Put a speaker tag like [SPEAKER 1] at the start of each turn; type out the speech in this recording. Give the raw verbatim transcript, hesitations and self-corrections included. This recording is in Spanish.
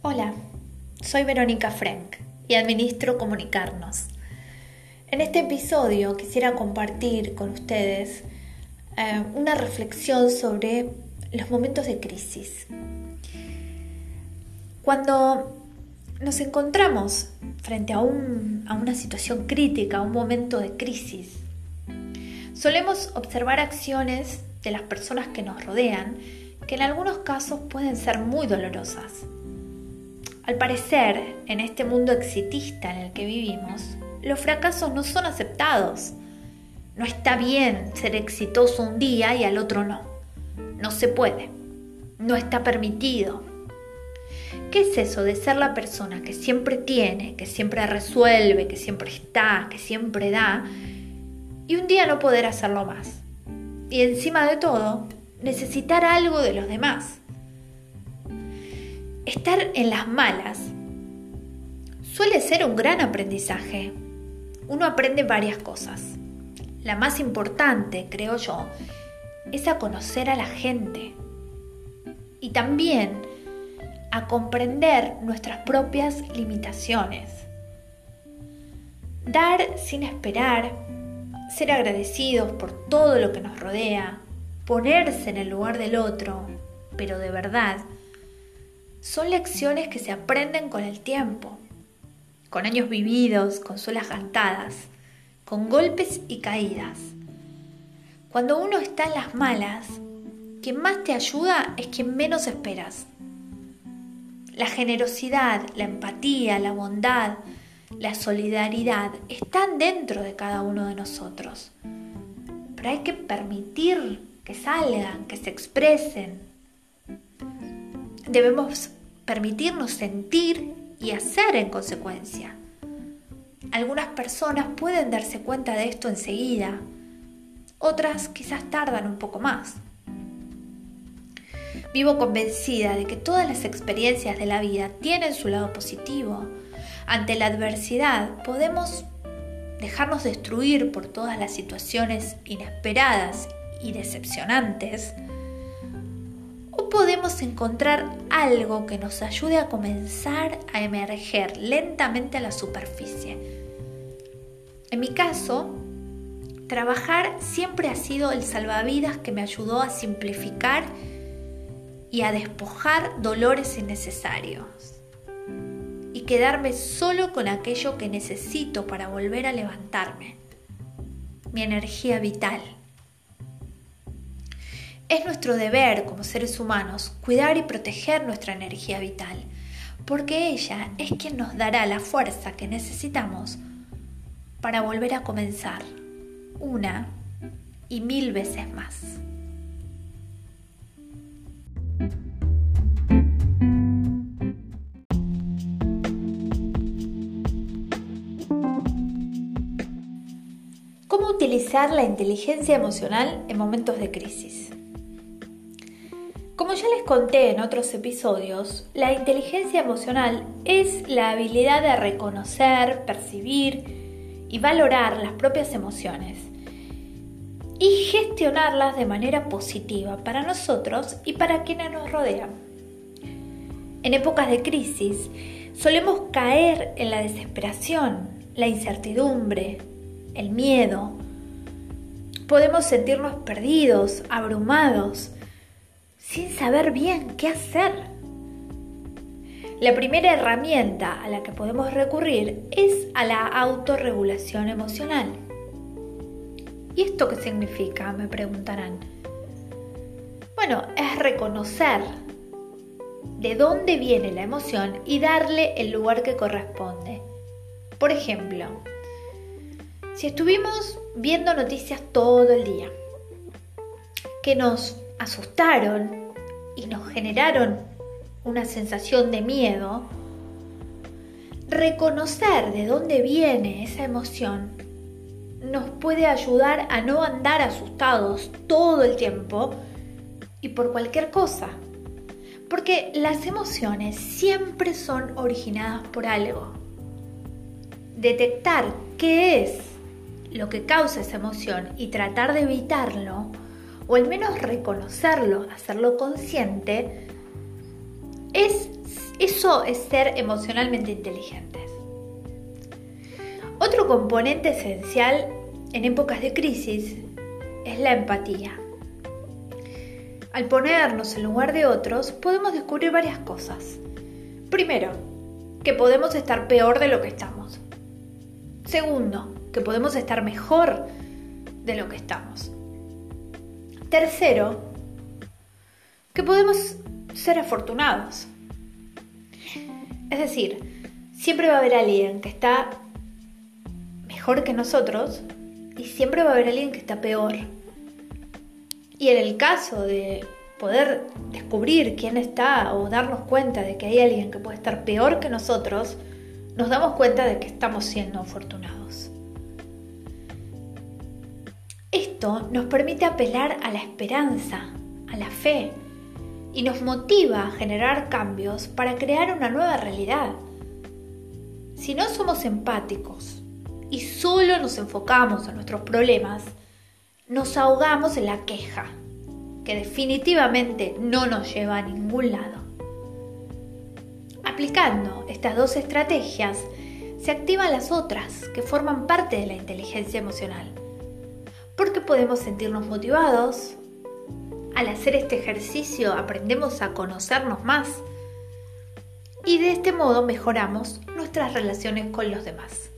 [SPEAKER 1] Hola, soy Verónica Frank y administro Comunicarnos. En este episodio quisiera compartir con ustedes eh, una reflexión sobre los momentos de crisis. Cuando nos encontramos frente a, un, a una situación crítica, a un momento de crisis, solemos observar acciones de las personas que nos rodean que en algunos casos pueden ser muy dolorosas. Al parecer, en este mundo exitista en el que vivimos, los fracasos no son aceptados. No está bien ser exitoso un día y al otro no. No se puede. No está permitido. ¿Qué es eso de ser la persona que siempre tiene, que siempre resuelve, que siempre está, que siempre da, y un día no poder hacerlo más? Y encima de todo, necesitar algo de los demás. Estar en las malas suele ser un gran aprendizaje. Uno aprende varias cosas. La más importante, creo yo, es a conocer a la gente y también a comprender nuestras propias limitaciones. Dar sin esperar, ser agradecidos por todo lo que nos rodea, ponerse en el lugar del otro, pero de verdad, son lecciones que se aprenden con el tiempo, con años vividos, con suelas gastadas, con golpes y caídas. Cuando uno está en las malas, quien más te ayuda es quien menos esperas. La generosidad, la empatía, la bondad, la solidaridad están dentro de cada uno de nosotros. Pero hay que permitir que salgan, que se expresen. Debemos permitirnos sentir y hacer en consecuencia. Algunas personas pueden darse cuenta de esto enseguida, otras quizás tardan un poco más. Vivo convencida de que todas las experiencias de la vida tienen su lado positivo. Ante la adversidad podemos dejarnos destruir por todas las situaciones inesperadas y decepcionantes, o podemos encontrar algo que nos ayude a comenzar a emerger lentamente a la superficie. En mi caso, trabajar siempre ha sido el salvavidas que me ayudó a simplificar y a despojar dolores innecesarios y quedarme solo con aquello que necesito para volver a levantarme, mi energía vital. Es nuestro deber como seres humanos cuidar y proteger nuestra energía vital, porque ella es quien nos dará la fuerza que necesitamos para volver a comenzar una y mil veces más. ¿Cómo utilizar la inteligencia emocional en momentos de crisis? Como ya les conté en otros episodios, la inteligencia emocional es la habilidad de reconocer, percibir y valorar las propias emociones y gestionarlas de manera positiva para nosotros y para quienes nos rodean. En épocas de crisis solemos caer en la desesperación, la incertidumbre, el miedo. Podemos sentirnos perdidos, abrumados, sin saber bien qué hacer. La primera herramienta a la que podemos recurrir es a la autorregulación emocional. ¿Y esto qué significa?, me preguntarán. Bueno, es reconocer de dónde viene la emoción y darle el lugar que corresponde. Por ejemplo, si estuvimos viendo noticias todo el día que nos asustaron y nos generaron una sensación de miedo, reconocer de dónde viene esa emoción nos puede ayudar a no andar asustados todo el tiempo y por cualquier cosa, porque las emociones siempre son originadas por algo. Detectar qué es lo que causa esa emoción y tratar de evitarlo, o al menos reconocerlo, hacerlo consciente, es Eso es ser emocionalmente inteligentes. Otro componente esencial en épocas de crisis es la empatía. Al ponernos en lugar de otros, podemos descubrir varias cosas. Primero, que podemos estar peor de lo que estamos. Segundo, que podemos estar mejor de lo que estamos. Tercero, que podemos ser afortunados. Es decir, siempre va a haber alguien que está mejor que nosotros y siempre va a haber alguien que está peor. Y en el caso de poder descubrir quién está o darnos cuenta de que hay alguien que puede estar peor que nosotros, nos damos cuenta de que estamos siendo afortunados. Esto nos permite apelar a la esperanza, a la fe, y nos motiva a generar cambios para crear una nueva realidad. Si no somos empáticos y solo nos enfocamos en nuestros problemas, nos ahogamos en la queja, que definitivamente no nos lleva a ningún lado. Aplicando estas dos estrategias, se activan las otras que forman parte de la inteligencia emocional, porque podemos sentirnos motivados. Al hacer este ejercicio aprendemos a conocernos más y de este modo mejoramos nuestras relaciones con los demás.